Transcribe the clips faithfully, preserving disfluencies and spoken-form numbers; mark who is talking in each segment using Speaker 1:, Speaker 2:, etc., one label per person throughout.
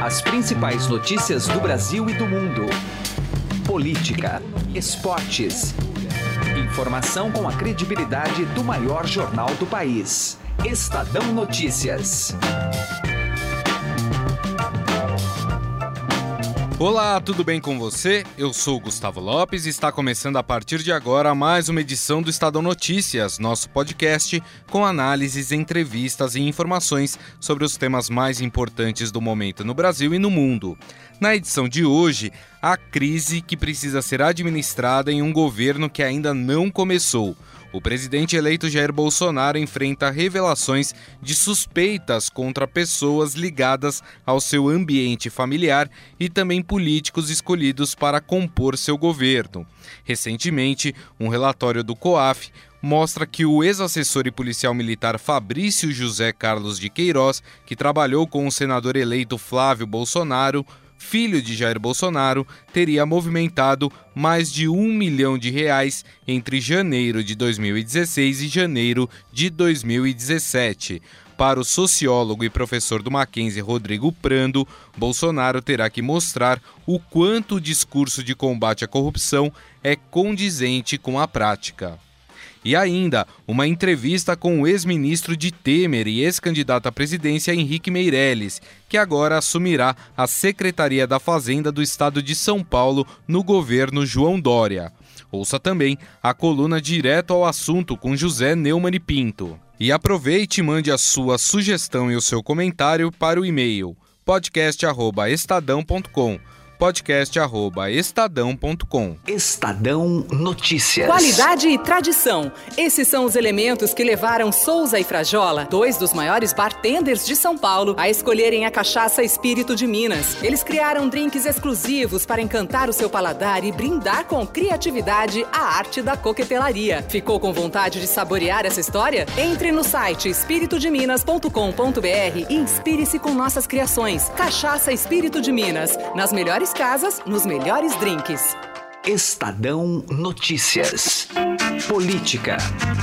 Speaker 1: As principais notícias do Brasil e do mundo. Política, esportes. Informação com a credibilidade do maior jornal do país. Estadão Notícias.
Speaker 2: Olá, tudo bem com você? Eu sou Gustavo Lopes e está começando a partir de agora mais uma edição do Estadão Notícias, nosso podcast com análises, entrevistas e informações sobre os temas mais importantes do momento no Brasil e no mundo. Na edição de hoje, a crise que precisa ser administrada em um governo que ainda não começou. O presidente eleito Jair Bolsonaro enfrenta revelações de suspeitas contra pessoas ligadas ao seu ambiente familiar e também políticos escolhidos para compor seu governo. Recentemente, um relatório do COAF mostra que o ex-assessor e policial militar Fabrício José Carlos de Queiroz, que trabalhou com o senador eleito Flávio Bolsonaro, filho de Jair Bolsonaro, teria movimentado mais de um milhão de reais entre janeiro de dois mil e dezesseis e janeiro de dois mil e dezessete. Para o sociólogo e professor do Mackenzie, Rodrigo Prando, Bolsonaro terá que mostrar o quanto o discurso de combate à corrupção é condizente com a prática. E ainda, uma entrevista com o ex-ministro de Temer e ex-candidato à presidência Henrique Meirelles, que agora assumirá a Secretaria da Fazenda do Estado de São Paulo no governo João Dória. Ouça também a coluna Direto ao Assunto com José Neumann e Pinto. E aproveite e mande a sua sugestão e o seu comentário para o e-mail podcast arroba estadão ponto com. podcast arroba estadão ponto com.
Speaker 1: Estadão Notícias.
Speaker 3: Qualidade e tradição. Esses são os elementos que levaram Souza e Frajola, dois dos maiores bartenders de São Paulo, a escolherem a cachaça Espírito de Minas. Eles criaram drinks exclusivos para encantar o seu paladar e brindar com criatividade a arte da coquetelaria. Ficou com vontade de saborear essa história? Entre no site espírito de minas ponto com ponto b r e inspire-se com nossas criações. Cachaça Espírito de Minas, nas melhores casas, nos melhores drinks.
Speaker 1: Estadão Notícias. Política.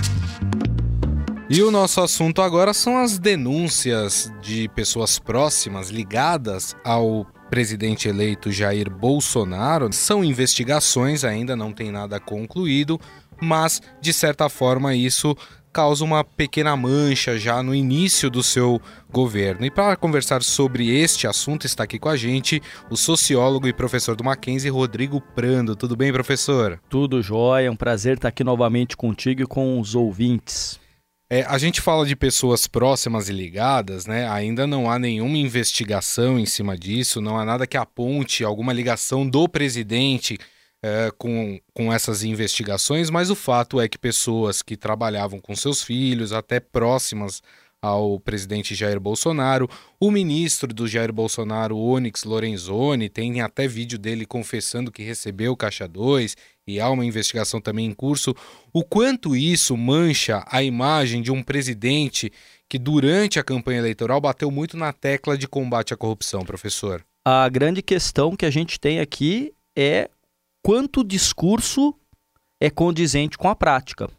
Speaker 2: E o nosso assunto agora são as denúncias de pessoas próximas ligadas ao presidente eleito Jair Bolsonaro. São investigações, ainda não tem nada concluído, mas de certa forma isso causa uma pequena mancha já no início do seu governo. E para conversar sobre este assunto está aqui com a gente o sociólogo e professor do Mackenzie, Rodrigo Prando. Tudo bem, professor?
Speaker 4: Tudo jóia, é um prazer estar aqui novamente contigo e com os ouvintes.
Speaker 2: É, a gente fala de pessoas próximas e ligadas, né? Ainda não há nenhuma investigação em cima disso, não há nada que aponte alguma ligação do presidente É, com, com essas investigações, mas o fato é que pessoas que trabalhavam com seus filhos, até próximas ao presidente Jair Bolsonaro, o ministro do Jair Bolsonaro, Onyx Lorenzoni, tem até vídeo dele confessando que recebeu Caixa dois e há uma investigação também em curso. O quanto isso mancha a imagem de um presidente que durante a campanha eleitoral bateu muito na tecla de combate à corrupção, professor?
Speaker 4: A grande questão que a gente tem aqui é quanto o discurso é condizente com a prática,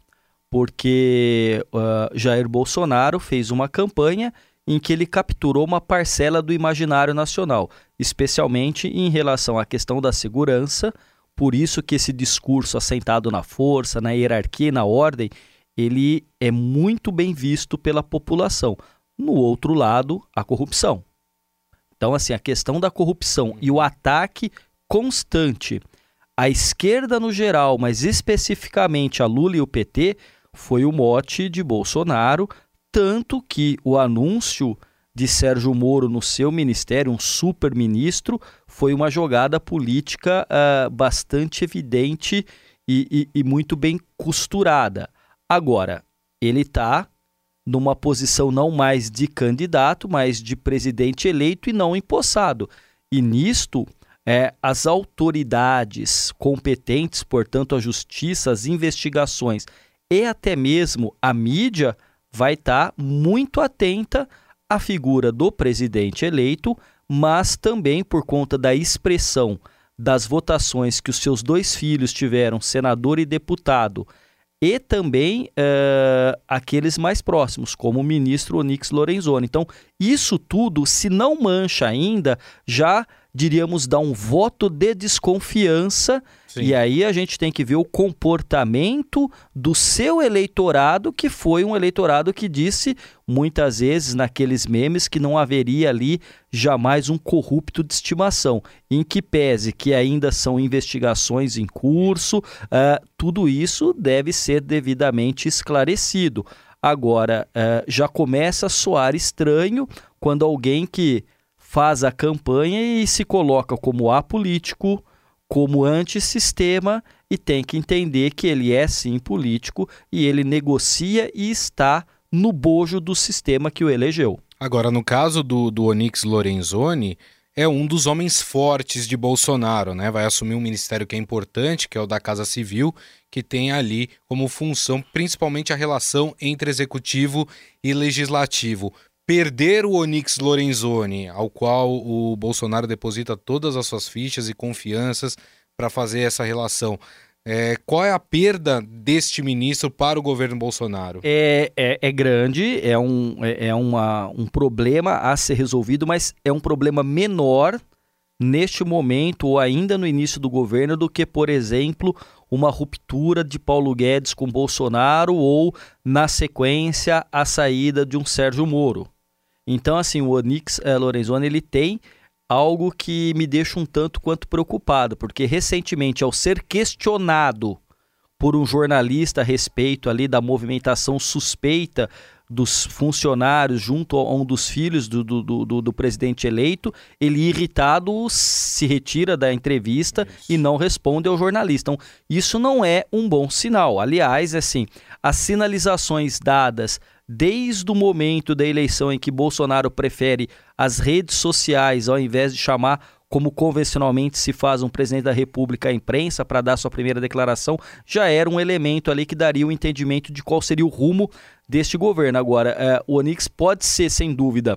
Speaker 4: porque uh, Jair Bolsonaro fez uma campanha em que ele capturou uma parcela do imaginário nacional, especialmente em relação à questão da segurança, por isso que esse discurso assentado na força, na hierarquia e na ordem, ele é muito bem visto pela população. No outro lado, a corrupção. Então, assim, a questão da corrupção e o ataque constante a esquerda no geral, mas especificamente a Lula e o P T, foi o mote de Bolsonaro, tanto que o anúncio de Sérgio Moro no seu ministério, um super-ministro, foi uma jogada política uh, bastante evidente e, e, e muito bem costurada. Agora, ele está numa posição não mais de candidato, mas de presidente eleito e não empossado. E nisto, é, as autoridades competentes, portanto a justiça, as investigações e até mesmo a mídia vai estar muito atenta à figura do presidente eleito, mas também por conta da expressão das votações que os seus dois filhos tiveram, senador e deputado, e também uh, aqueles mais próximos, como o ministro Onyx Lorenzoni. Então, Isso tudo, se não mancha ainda, já, diríamos, dá um voto de desconfiança. Sim. E aí a gente tem que ver o comportamento do seu eleitorado, que foi um eleitorado que disse muitas vezes naqueles memes que não haveria ali jamais um corrupto de estimação. Em que pese que ainda são investigações em curso, uh, tudo isso deve ser devidamente esclarecido. Agora, uh, já começa a soar estranho quando alguém que faz a campanha e se coloca como apolítico, como antissistema, e tem que entender que ele é sim político e ele negocia e está no bojo do sistema que o elegeu.
Speaker 2: Agora, no caso do, do Onyx Lorenzoni, é um dos homens fortes de Bolsonaro, né? Vai assumir um ministério que é importante, que é o da Casa Civil, que tem ali como função principalmente a relação entre executivo e legislativo. Perder o Onyx Lorenzoni, ao qual o Bolsonaro deposita todas as suas fichas e confianças para fazer essa relação, é, qual é a perda deste ministro para o governo Bolsonaro?
Speaker 4: É, é, é grande, é, um, é, é uma, um problema a ser resolvido, mas é um problema menor neste momento ou ainda no início do governo do que, por exemplo, uma ruptura de Paulo Guedes com Bolsonaro ou, na sequência, a saída de um Sérgio Moro. Então, assim, o Onyx eh, Lorenzoni, ele tem algo que me deixa um tanto quanto preocupado, porque recentemente, ao ser questionado por um jornalista a respeito ali da movimentação suspeita dos funcionários junto a um dos filhos do, do, do, do presidente eleito, ele, irritado, se retira da entrevista isso. E não responde ao jornalista. Então, isso não é um bom sinal. Aliás, assim, as sinalizações dadas desde o momento da eleição em que Bolsonaro prefere as redes sociais ao invés de chamar, como convencionalmente se faz, um presidente da República à imprensa para dar sua primeira declaração, já era um elemento ali que daria o entendimento de qual seria o rumo deste governo. Agora, eh, o Onyx pode ser, sem dúvida,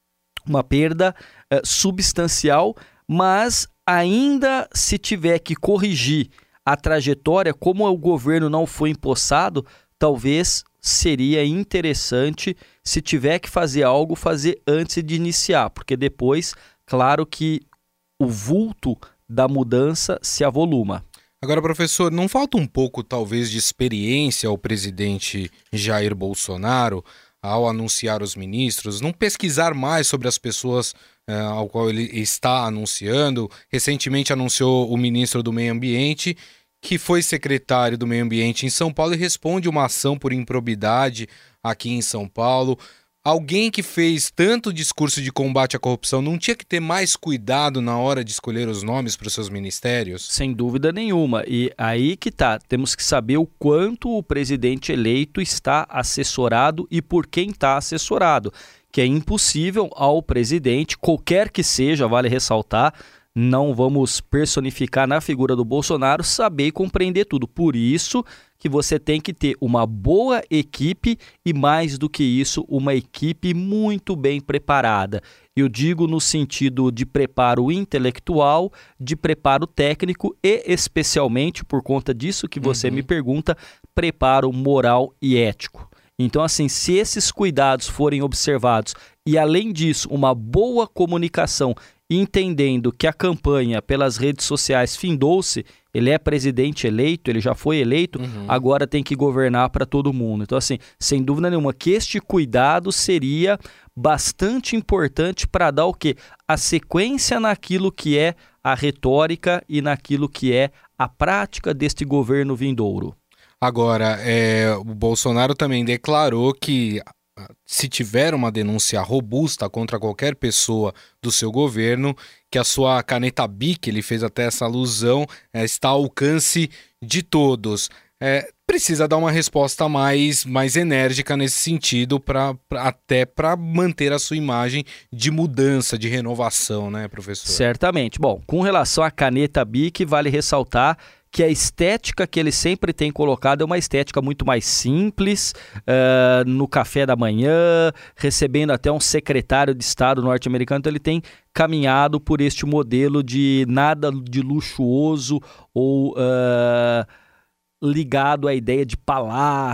Speaker 4: uma perda eh, substancial, mas ainda se tiver que corrigir a trajetória, como o governo não foi empossado, talvez seria interessante, se tiver que fazer algo, fazer antes de iniciar, porque depois, claro que o vulto da mudança se avoluma.
Speaker 2: Agora, professor, não falta um pouco, talvez, de experiência ao presidente Jair Bolsonaro ao anunciar os ministros, não pesquisar mais sobre as pessoas eh, ao qual ele está anunciando? Recentemente anunciou o ministro do Meio Ambiente, que foi secretário do Meio Ambiente em São Paulo e responde uma ação por improbidade aqui em São Paulo. Alguém que fez tanto discurso de combate à corrupção não tinha que ter mais cuidado na hora de escolher os nomes para os seus ministérios?
Speaker 4: Sem dúvida nenhuma. E aí que tá, temos que saber o quanto o presidente eleito está assessorado e por quem está assessorado, que é impossível ao presidente, qualquer que seja, vale ressaltar, não vamos personificar na figura do Bolsonaro, saber e compreender tudo. Por isso que você tem que ter uma boa equipe e, mais do que isso, uma equipe muito bem preparada. Eu digo no sentido de preparo intelectual, de preparo técnico e, especialmente, por conta disso que você uhum. me pergunta, preparo moral e ético. Então, assim, se esses cuidados forem observados e, além disso, uma boa comunicação, entendendo que a campanha pelas redes sociais findou-se, ele é presidente eleito, ele já foi eleito, uhum. agora tem que governar para todo mundo. Então, assim, sem dúvida nenhuma, que este cuidado seria bastante importante para dar o quê? A sequência naquilo que é a retórica e naquilo que é a prática deste governo vindouro.
Speaker 2: Agora, é, o Bolsonaro também declarou que se tiver uma denúncia robusta contra qualquer pessoa do seu governo, que a sua caneta Bic, ele fez até essa alusão, é, está ao alcance de todos. É, precisa dar uma resposta mais, mais enérgica nesse sentido, pra, pra, até para manter a sua imagem de mudança, de renovação, né, professor?
Speaker 4: Certamente. Bom, com relação à caneta Bic, vale ressaltar que a estética que ele sempre tem colocado é uma estética muito mais simples, uh, no café da manhã, recebendo até um secretário de Estado norte-americano. Então ele tem caminhado por este modelo de nada de luxuoso ou uh, ligado à ideia de palácio,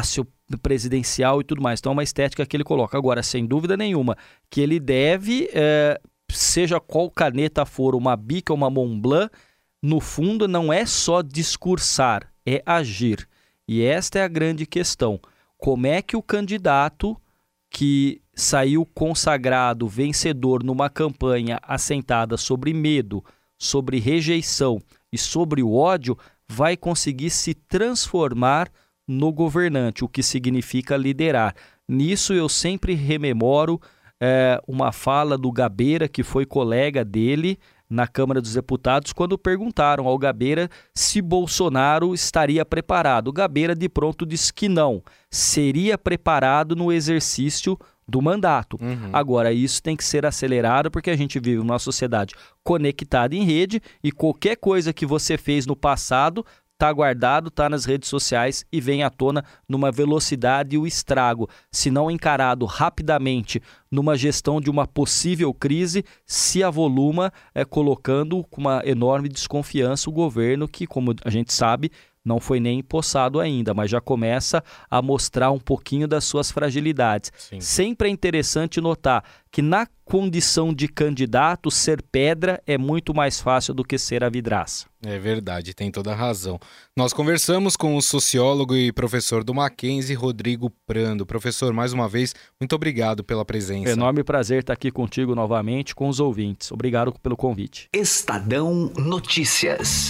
Speaker 4: presidencial e tudo mais. Então é uma estética que ele coloca. Agora, sem dúvida nenhuma, que ele deve, é, seja qual caneta for, uma Bic ou uma Montblanc, no fundo não é só discursar, é agir. E esta é a grande questão. Como é que o candidato que saiu consagrado, vencedor numa campanha assentada sobre medo, sobre rejeição e sobre o ódio, vai conseguir se transformar no governante, o que significa liderar. Nisso eu sempre rememoro é, uma fala do Gabeira, que foi colega dele na Câmara dos Deputados, quando perguntaram ao Gabeira se Bolsonaro estaria preparado. O Gabeira de pronto disse que não, seria preparado no exercício do mandato. Uhum. Agora, isso tem que ser acelerado porque a gente vive uma sociedade conectada em rede e qualquer coisa que você fez no passado está guardado, está nas redes sociais e vem à tona numa velocidade e o estrago, se não encarado rapidamente numa gestão de uma possível crise, se avoluma, é, colocando com uma enorme desconfiança o governo que, como a gente sabe, não foi nem empossado ainda, mas já começa a mostrar um pouquinho das suas fragilidades. Sim. Sempre é interessante notar que na condição de candidato, ser pedra é muito mais fácil do que ser a vidraça.
Speaker 2: É verdade, tem toda a razão. Nós conversamos com o sociólogo e professor do Mackenzie, Rodrigo Prando. Professor, mais uma vez, muito obrigado pela presença.
Speaker 4: Enorme prazer estar aqui contigo novamente, com os ouvintes. Obrigado pelo convite.
Speaker 1: Estadão Notícias.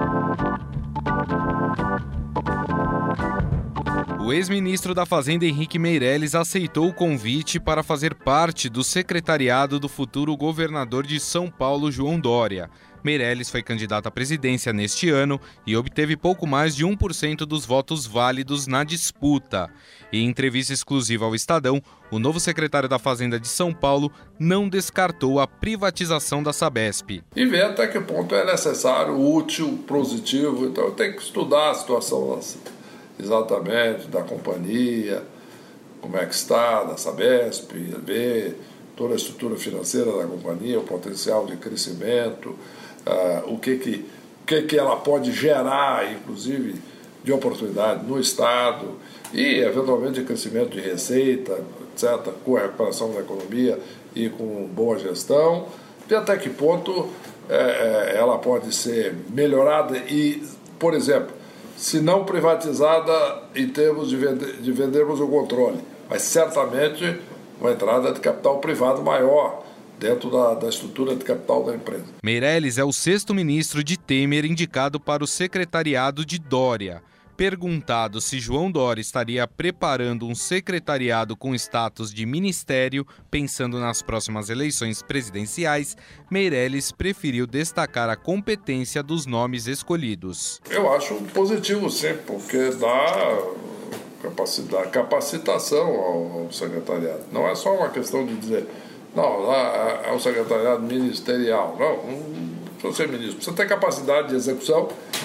Speaker 2: O ex-ministro da Fazenda Henrique Meirelles aceitou o convite para fazer parte do secretariado do futuro governador de São Paulo, João Dória. Meirelles foi candidato à presidência neste ano e obteve pouco mais de um por cento dos votos válidos na disputa. Em entrevista exclusiva ao Estadão, o novo secretário da Fazenda de São Paulo não descartou a privatização da Sabesp.
Speaker 5: E ver até que ponto é necessário, útil, positivo. Então eu tenho que estudar a situação exatamente da companhia, como é que está, da Sabesp, ver toda a estrutura financeira da companhia, o potencial de crescimento, uh, o, que, que, o que, que ela pode gerar, inclusive, de oportunidade no Estado e, eventualmente, de crescimento de receita, etcétera, com a recuperação da economia e com boa gestão, e até que ponto é, ela pode ser melhorada e, por exemplo, se não privatizada em termos de, vender, de vendermos o controle, mas certamente uma entrada de capital privado maior dentro da, da estrutura de capital da empresa.
Speaker 2: Meirelles é o sexto ministro de Temer indicado para o secretariado de Dória. Perguntado se João Dória estaria preparando um secretariado com status de ministério, pensando nas próximas eleições presidenciais, Meirelles preferiu destacar a competência dos nomes escolhidos.
Speaker 5: Eu acho positivo, sim, porque dá capacidade, capacitação ao, ao secretariado. Não é só uma questão de dizer, não, lá é o secretariado ministerial. Não, não precisa ser ministro, precisa ter capacidade de execução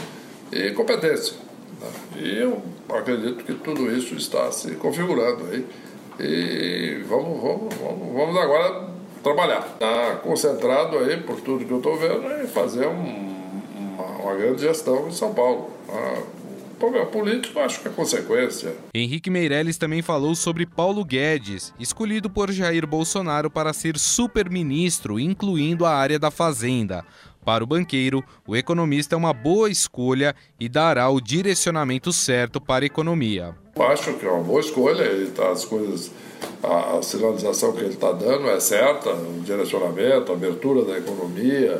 Speaker 5: e competência. E eu acredito que tudo isso está se configurando aí. E vamos, vamos, vamos, vamos agora trabalhar. Está concentrado aí, por tudo que eu estou vendo, em fazer um, uma, uma grande gestão em São Paulo. O problema político, acho que é consequência.
Speaker 2: Henrique Meirelles também falou sobre Paulo Guedes, escolhido por Jair Bolsonaro para ser super-ministro, incluindo a área da Fazenda. Para o banqueiro, o economista é uma boa escolha e dará o direcionamento certo para a economia.
Speaker 5: Acho que é uma boa escolha, ele tá, as coisas, a, a sinalização que ele está dando é certa, o direcionamento, a abertura da economia,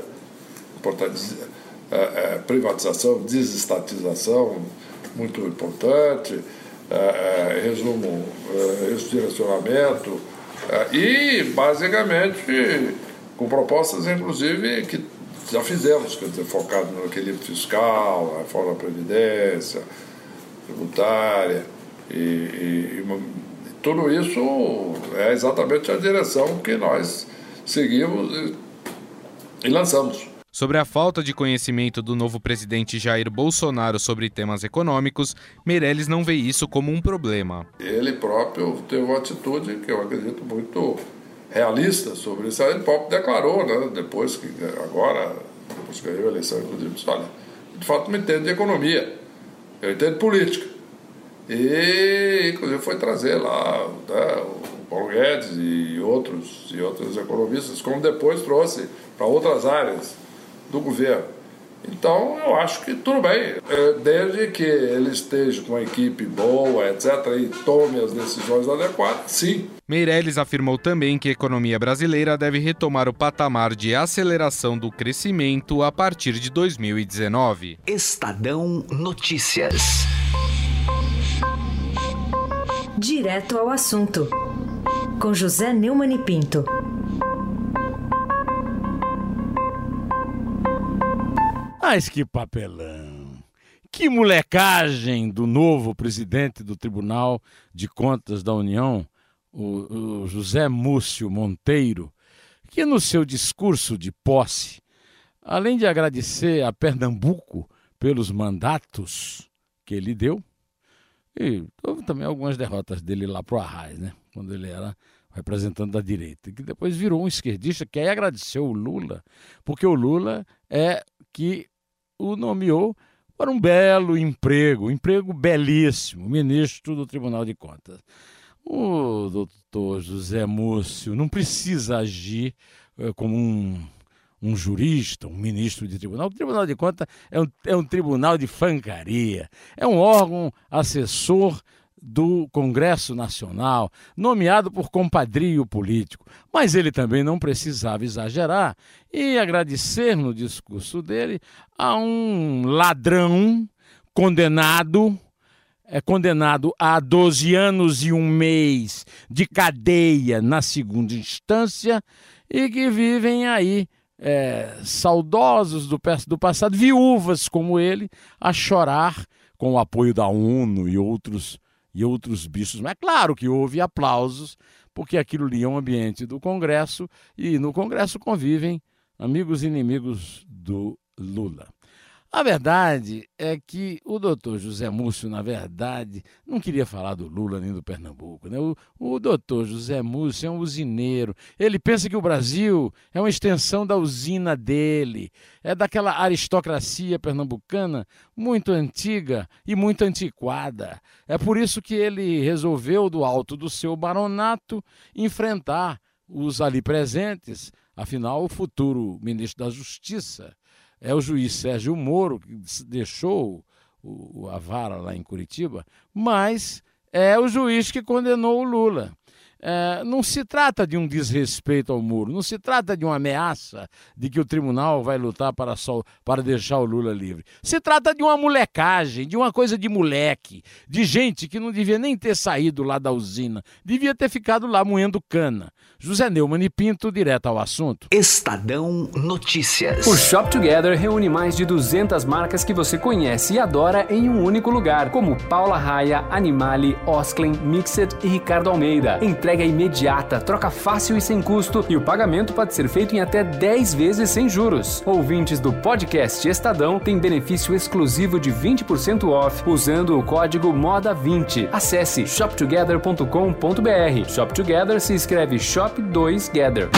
Speaker 5: é, é, privatização, desestatização, muito importante, é, é, resumo, é, esse direcionamento é, e, basicamente, com propostas, inclusive, que já fizemos, quer dizer, focado no equilíbrio fiscal, na reforma da Previdência, tributária, e, e, e tudo isso é exatamente a direção que nós seguimos e, e lançamos.
Speaker 2: Sobre a falta de conhecimento do novo presidente Jair Bolsonaro sobre temas econômicos, Meirelles não vê isso como um problema.
Speaker 5: Ele próprio teve uma atitude que eu acredito muito realista sobre isso. Ele próprio declarou, né, depois que agora, depois que ganhou a eleição, inclusive, disse, olha, de fato não entendo de economia, eu entendo política. E, inclusive, foi trazer lá, né, o Paulo Guedes e outros, e outros economistas, como depois trouxe para outras áreas do governo. Então, eu acho que tudo bem, desde que ele esteja com uma equipe boa, etcétera, e tome as decisões adequadas, sim.
Speaker 2: Meirelles afirmou também que a economia brasileira deve retomar o patamar de aceleração do crescimento a partir de dois mil e dezenove.
Speaker 1: Estadão Notícias.
Speaker 6: Direto ao assunto, com José Neumann e Pinto.
Speaker 7: Mas que papelão! Que molecagem do novo presidente do Tribunal de Contas da União, o, o José Múcio Monteiro, que no seu discurso de posse, além de agradecer a Pernambuco pelos mandatos que ele deu, e houve também algumas derrotas dele lá pro Arraiz, né? Quando ele era representante da direita, que depois virou um esquerdista, que aí agradeceu o Lula, porque o Lula é que o nomeou para um belo emprego, um emprego belíssimo, ministro do Tribunal de Contas. O doutor José Múcio não precisa agir é, como um, um jurista, um ministro de tribunal. O Tribunal de Contas é um, é um tribunal de fancaria, é um órgão assessor do Congresso Nacional, nomeado por compadrio político. Mas ele também não precisava exagerar e agradecer no discurso dele a um ladrão condenado, é condenado a doze anos e um mês de cadeia na segunda instância e que vivem aí é, saudosos do, do passado, viúvas como ele, a chorar com o apoio da ONU e outros e outros bichos. Mas é claro que houve aplausos, porque aquilo ali é um ambiente do Congresso, e no Congresso convivem amigos e inimigos do Lula. A verdade é que o doutor José Múcio, na verdade, não queria falar do Lula nem do Pernambuco, né? O, o doutor José Múcio é um usineiro. Ele pensa que o Brasil é uma extensão da usina dele, é daquela aristocracia pernambucana muito antiga e muito antiquada. É por isso que ele resolveu, do alto do seu baronato, enfrentar os ali presentes, afinal, o futuro ministro da Justiça é o juiz Sérgio Moro, que deixou o, a vara lá em Curitiba, mas é o juiz que condenou o Lula. É, não se trata de um desrespeito ao Moro, não se trata de uma ameaça de que o tribunal vai lutar para, sol, para deixar o Lula livre. Se trata de uma molecagem, de uma coisa de moleque, de gente que não devia nem ter saído lá da usina, devia ter ficado lá moendo cana. José Neumann e Pinto, direto ao assunto.
Speaker 1: Estadão Notícias.
Speaker 8: O Shop Together reúne mais de duzentas marcas que você conhece e adora em um único lugar, como Paula Raia, Animale, Osklen, Mixed e Ricardo Almeida. Entrega imediata, troca fácil e sem custo, e o pagamento pode ser feito em até dez vezes sem juros. Ouvintes do podcast Estadão têm benefício exclusivo de vinte por cento off usando o código moda vinte. Acesse shop together ponto com ponto b r. Shop Together se escreve Shop dois Gather.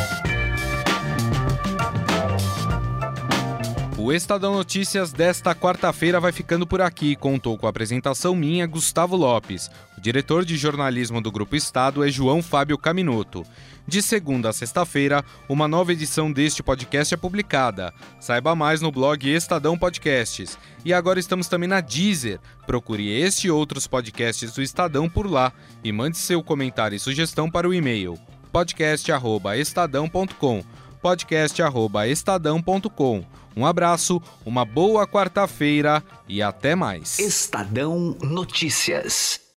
Speaker 2: O Estadão Notícias desta quarta-feira vai ficando por aqui. Contou com a apresentação minha, Gustavo Lopes. O diretor de jornalismo do Grupo Estado é João Fábio Caminoto. De segunda a sexta-feira, uma nova edição deste podcast é publicada. Saiba mais no blog Estadão Podcasts. E agora estamos também na Deezer. Procure este e outros podcasts do Estadão por lá e mande seu comentário e sugestão para o e-mail podcast arroba estadão ponto com, podcast arroba estadão ponto com. Um abraço, uma boa quarta-feira e até mais.
Speaker 1: Estadão Notícias.